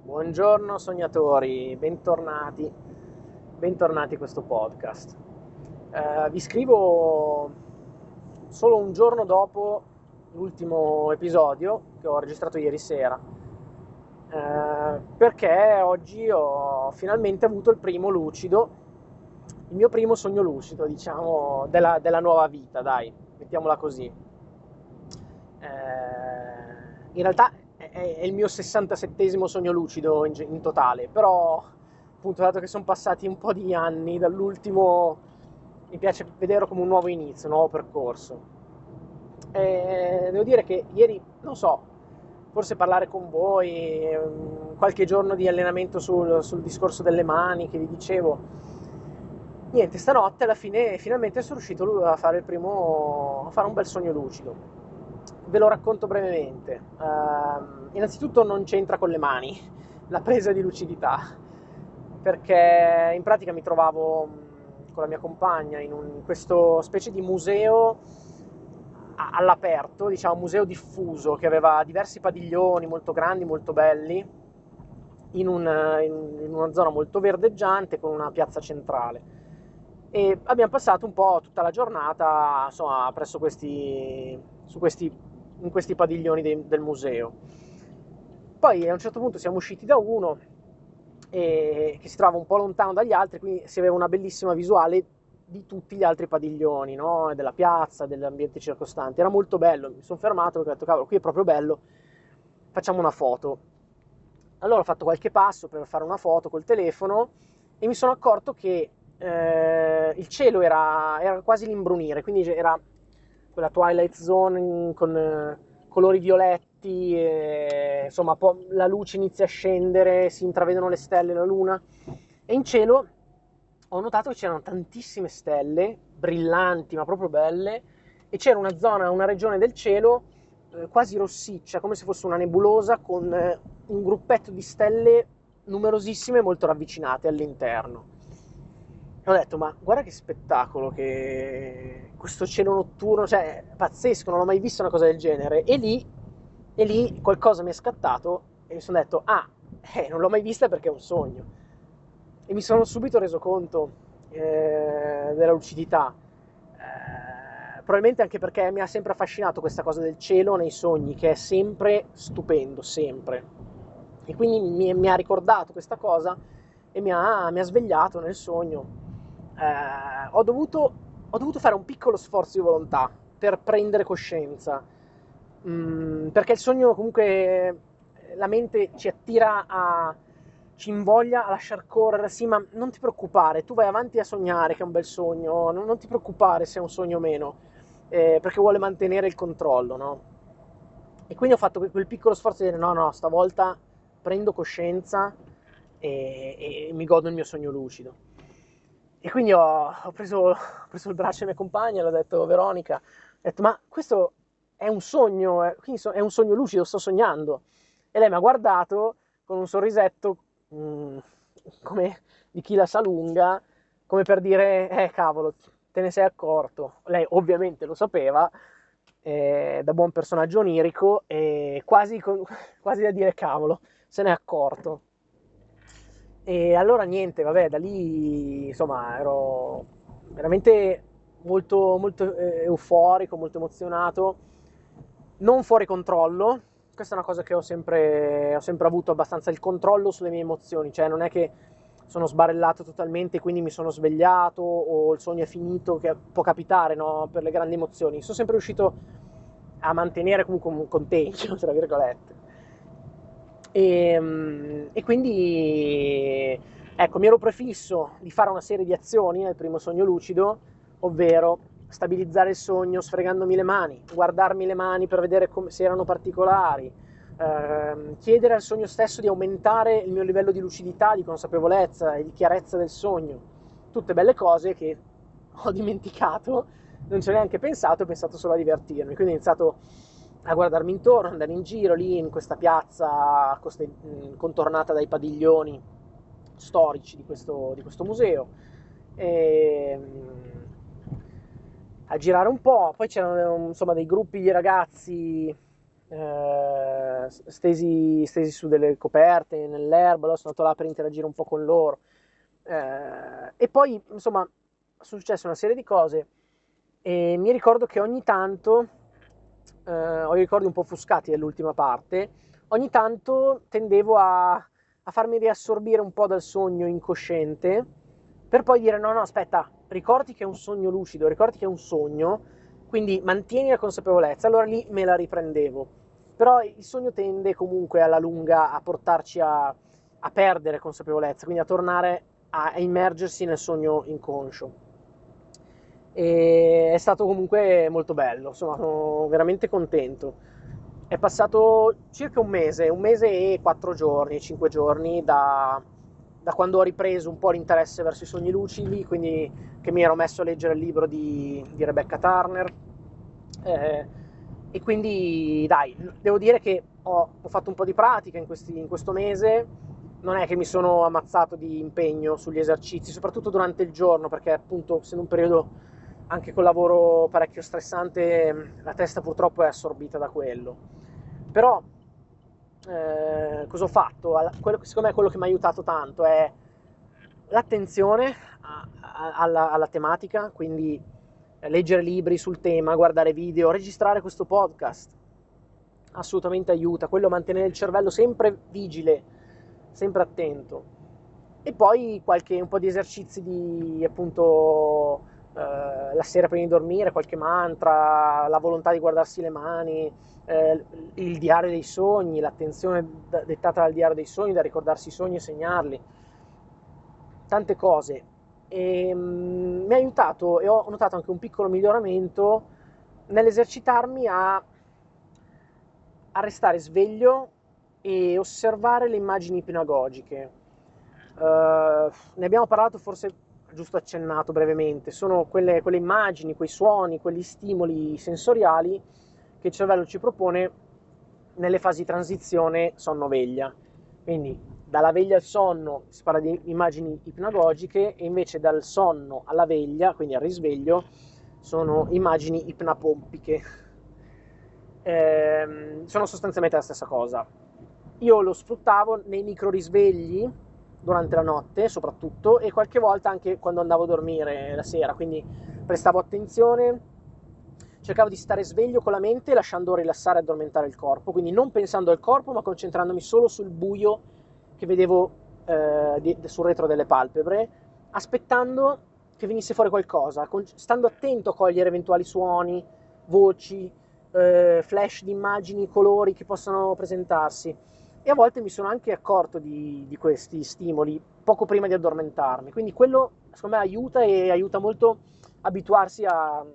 Buongiorno sognatori, bentornati a questo podcast. Vi scrivo solo un giorno dopo l'ultimo episodio che ho registrato ieri sera, perché oggi ho finalmente avuto il mio primo sogno lucido, diciamo, della nuova vita, dai, mettiamola così. In realtà è il mio 67esimo sogno lucido in totale, però appunto dato che sono passati un po' di anni dall'ultimo, mi piace vederlo come un nuovo inizio, un nuovo percorso. Devo dire che ieri, non so, forse parlare con voi, qualche giorno di allenamento sul discorso delle mani che vi dicevo, niente, stanotte alla fine finalmente sono riuscito a fare un bel sogno lucido. Ve lo racconto brevemente. Innanzitutto non c'entra con le mani la presa di lucidità, perché in pratica mi trovavo con la mia compagna in questo specie di museo all'aperto, diciamo museo diffuso, che aveva diversi padiglioni molto grandi, molto belli, in una zona molto verdeggiante con una piazza centrale. E abbiamo passato un po' tutta la giornata, insomma, in questi padiglioni del museo. Poi a un certo punto siamo usciti da uno che si trova un po' lontano dagli altri, quindi si aveva una bellissima visuale di tutti gli altri padiglioni, no? Della piazza, degli ambienti circostanti. Era molto bello, mi sono fermato perché ho detto, cavolo, qui è proprio bello, facciamo una foto. Allora ho fatto qualche passo per fare una foto col telefono e mi sono accorto che il cielo era quasi l'imbrunire, quindi era quella twilight zone con colori violetti, insomma la luce inizia a scendere, si intravedono le stelle, la luna, e in cielo ho notato che c'erano tantissime stelle, brillanti ma proprio belle, e c'era una zona, una regione del cielo quasi rossiccia, come se fosse una nebulosa con un gruppetto di stelle numerosissime molto ravvicinate all'interno. E ho detto, ma guarda che spettacolo, che questo cielo notturno, cioè, pazzesco, non ho mai visto una cosa del genere. E lì qualcosa mi è scattato e mi sono detto, non l'ho mai vista perché è un sogno. E mi sono subito reso conto della lucidità. Probabilmente anche perché mi ha sempre affascinato questa cosa del cielo nei sogni, che è sempre stupendo, sempre. E quindi mi ha ricordato questa cosa e mi ha svegliato nel sogno. Ho dovuto fare un piccolo sforzo di volontà per prendere coscienza. Perché il sogno comunque la mente ci invoglia a lasciar correre, sì, ma non ti preoccupare, tu vai avanti a sognare che è un bel sogno, non ti preoccupare se è un sogno o meno, perché vuole mantenere il controllo, no? E quindi ho fatto quel piccolo sforzo di dire no, no, stavolta prendo coscienza e mi godo il mio sogno lucido. E quindi ho preso il braccio della mia compagna e l'ho detto, Veronica, ho detto, ma questo è un sogno, quindi è un sogno lucido, sto sognando. E lei mi ha guardato con un sorrisetto come di chi la sa lunga, come per dire, cavolo, te ne sei accorto. Lei ovviamente lo sapeva, da buon personaggio onirico, e quasi da dire, cavolo, se n'è accorto. E allora niente, vabbè, da lì insomma ero veramente molto, molto euforico, molto emozionato, non fuori controllo. Questa è una cosa che ho sempre avuto abbastanza il controllo sulle mie emozioni, cioè non è che sono sbarellato totalmente e quindi mi sono svegliato o il sogno è finito, che può capitare, no? Per le grandi emozioni. Sono sempre riuscito a mantenere comunque un contegno, tra virgolette. E quindi, ecco, mi ero prefisso di fare una serie di azioni nel primo sogno lucido, ovvero stabilizzare il sogno sfregandomi le mani, guardarmi le mani per vedere se erano particolari, chiedere al sogno stesso di aumentare il mio livello di lucidità, di consapevolezza e di chiarezza del sogno. Tutte belle cose che ho dimenticato, non ci ho neanche pensato, ho pensato solo a divertirmi. Quindi ho iniziato a guardarmi intorno, andare in giro lì in questa piazza contornata dai padiglioni storici di questo museo. E, a girare un po', poi c'erano insomma dei gruppi di ragazzi stesi su delle coperte nell'erba, allora sono andato là per interagire un po' con loro. E poi, insomma, è successa una serie di cose e mi ricordo che ogni tanto, ho i ricordi un po' offuscati dell'ultima parte, ogni tanto tendevo a farmi riassorbire un po' dal sogno incosciente per poi dire no, no, aspetta, ricordi che è un sogno lucido, ricordi che è un sogno, quindi mantieni la consapevolezza, allora lì me la riprendevo. Però il sogno tende comunque alla lunga a portarci a perdere consapevolezza, quindi a tornare a immergersi nel sogno inconscio. E è stato comunque molto bello, insomma, sono veramente contento. È passato circa un mese e 4 giorni, 5 giorni da quando ho ripreso un po' l'interesse verso i sogni lucidi, quindi che mi ero messo a leggere il libro di Rebecca Turner. Eh, e quindi dai, devo dire che ho fatto un po' di pratica in questo mese, non è che mi sono ammazzato di impegno sugli esercizi, soprattutto durante il giorno, perché appunto essendo un periodo anche col lavoro parecchio stressante, la testa purtroppo è assorbita da quello. Però cosa ho fatto? Secondo me quello che mi ha aiutato tanto è l'attenzione alla tematica, quindi leggere libri sul tema, guardare video, registrare questo podcast. Assolutamente aiuta, quello a mantenere il cervello sempre vigile, sempre attento. E poi un po' di esercizi di appunto la sera prima di dormire, qualche mantra, la volontà di guardarsi le mani, il diario dei sogni, l'attenzione dettata dal diario dei sogni, da ricordarsi i sogni e segnarli, tante cose. E mi ha aiutato e ho notato anche un piccolo miglioramento nell'esercitarmi a restare sveglio e osservare le immagini ipnagogiche. Ne abbiamo parlato forse giusto accennato brevemente, sono quelle immagini, quei suoni, quegli stimoli sensoriali che il cervello ci propone nelle fasi di transizione sonno-veglia. Quindi dalla veglia al sonno si parla di immagini ipnagogiche e invece dal sonno alla veglia, quindi al risveglio, sono immagini ipnapompiche. Sono sostanzialmente la stessa cosa. Io lo sfruttavo nei micro risvegli durante la notte soprattutto e qualche volta anche quando andavo a dormire la sera, quindi prestavo attenzione, cercavo di stare sveglio con la mente lasciando rilassare e addormentare il corpo, quindi non pensando al corpo ma concentrandomi solo sul buio che vedevo sul retro delle palpebre, aspettando che venisse fuori qualcosa, stando attento a cogliere eventuali suoni, voci, flash di immagini, colori che possano presentarsi. E a volte mi sono anche accorto di questi stimoli poco prima di addormentarmi. Quindi quello, secondo me, aiuta e aiuta molto abituarsi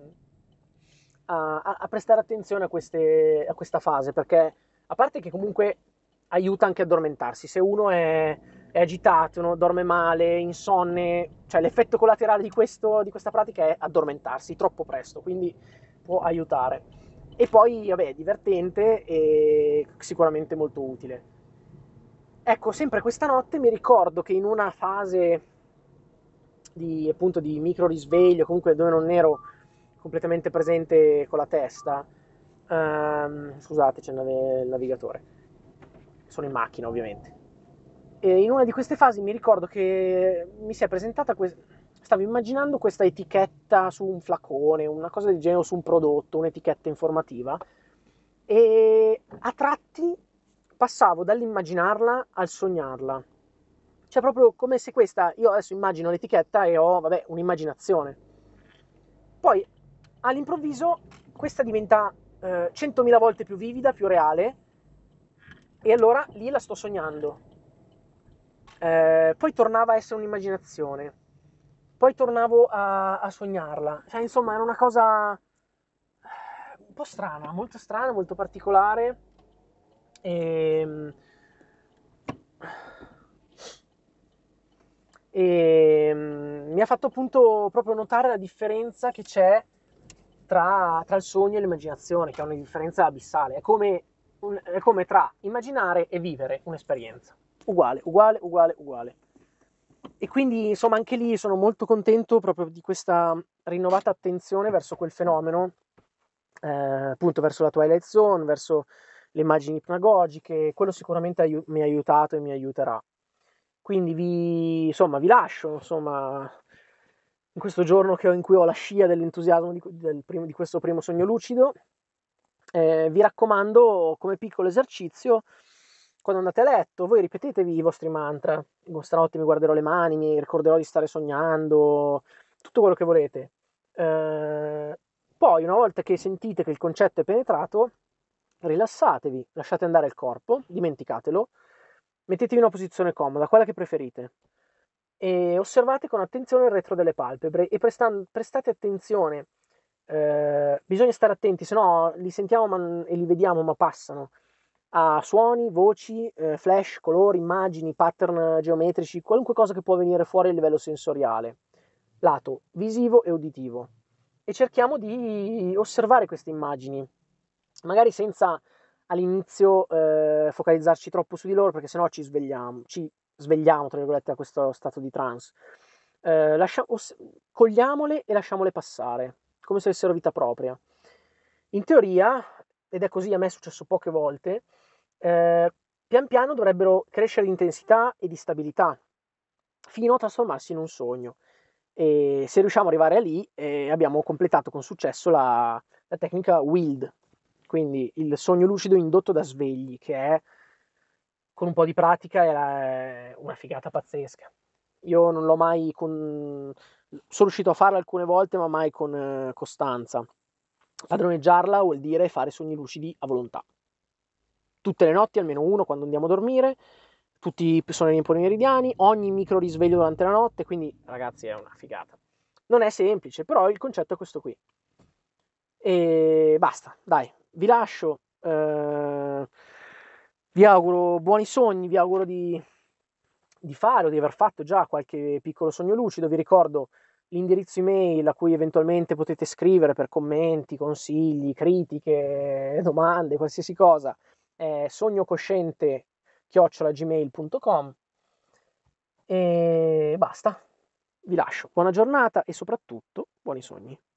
a prestare attenzione a questa fase, perché a parte che comunque aiuta anche a addormentarsi. Se uno è agitato, no? Dorme male, insonne, cioè l'effetto collaterale di questa pratica è addormentarsi troppo presto, quindi può aiutare. E poi, vabbè, è divertente e sicuramente molto utile. Ecco, sempre questa notte mi ricordo che in una fase appunto, di micro risveglio, comunque dove non ero completamente presente con la testa, scusate, c'è il navigatore, sono in macchina ovviamente. E in una di queste fasi mi ricordo che mi si è presentata stavo immaginando questa etichetta su un flacone, una cosa del genere, o su un prodotto, un'etichetta informativa, e a tratti passavo dall'immaginarla al sognarla. Cioè proprio come se io adesso immagino l'etichetta e ho, vabbè, un'immaginazione. Poi all'improvviso questa diventa 100.000 volte più vivida, più reale, e allora lì la sto sognando. Poi tornava a essere un'immaginazione, poi tornavo a sognarla. Cioè, insomma, era una cosa un po' strana, molto particolare. E, mi ha fatto appunto proprio notare la differenza che c'è tra il sogno e l'immaginazione, che è una differenza abissale. È come tra immaginare e vivere un'esperienza. Uguale, uguale, uguale, uguale. E quindi, insomma, anche lì sono molto contento proprio di questa rinnovata attenzione verso quel fenomeno, appunto verso la Twilight Zone, verso le immagini ipnagogiche, quello sicuramente mi ha aiutato e mi aiuterà. Quindi vi lascio, insomma, in questo giorno in cui ho la scia dell'entusiasmo di questo primo sogno lucido. Vi raccomando, come piccolo esercizio, quando andate a letto, voi ripetetevi i vostri mantra. Stanotte mi guarderò le mani, mi ricorderò di stare sognando, tutto quello che volete. Poi, una volta che sentite che il concetto è penetrato, rilassatevi, lasciate andare il corpo, dimenticatelo, mettetevi in una posizione comoda, quella che preferite, e osservate con attenzione il retro delle palpebre e prestate attenzione. Bisogna stare attenti, se no li sentiamo e li vediamo ma passano, a suoni, voci, flash, colori, immagini, pattern geometrici, qualunque cosa che può venire fuori a livello sensoriale, lato visivo e uditivo. E cerchiamo di osservare queste immagini, magari senza all'inizio focalizzarci troppo su di loro, perché sennò ci svegliamo, tra virgolette, da questo stato di trance. Cogliamole e lasciamole passare, come se avessero vita propria. In teoria, ed è così, a me è successo poche volte, pian piano dovrebbero crescere di intensità e di stabilità, fino a trasformarsi in un sogno. E se riusciamo ad arrivare lì, abbiamo completato con successo la tecnica WILD, quindi il sogno lucido indotto da svegli, che è, con un po' di pratica, è una figata pazzesca. Io non l'ho mai sono riuscito a farla alcune volte, ma mai con costanza. Padroneggiarla vuol dire fare sogni lucidi a volontà. Tutte le notti, almeno uno quando andiamo a dormire, tutti sono in meridiani, ogni micro risveglio durante la notte, quindi ragazzi è una figata. Non è semplice, però il concetto è questo qui. E basta, dai, vi lascio. Vi auguro buoni sogni, vi auguro di fare o di aver fatto già qualche piccolo sogno lucido. Vi ricordo l'indirizzo email a cui eventualmente potete scrivere per commenti, consigli, critiche, domande, qualsiasi cosa. È sognocosciente@gmail.com. E basta, vi lascio. Buona giornata e soprattutto buoni sogni.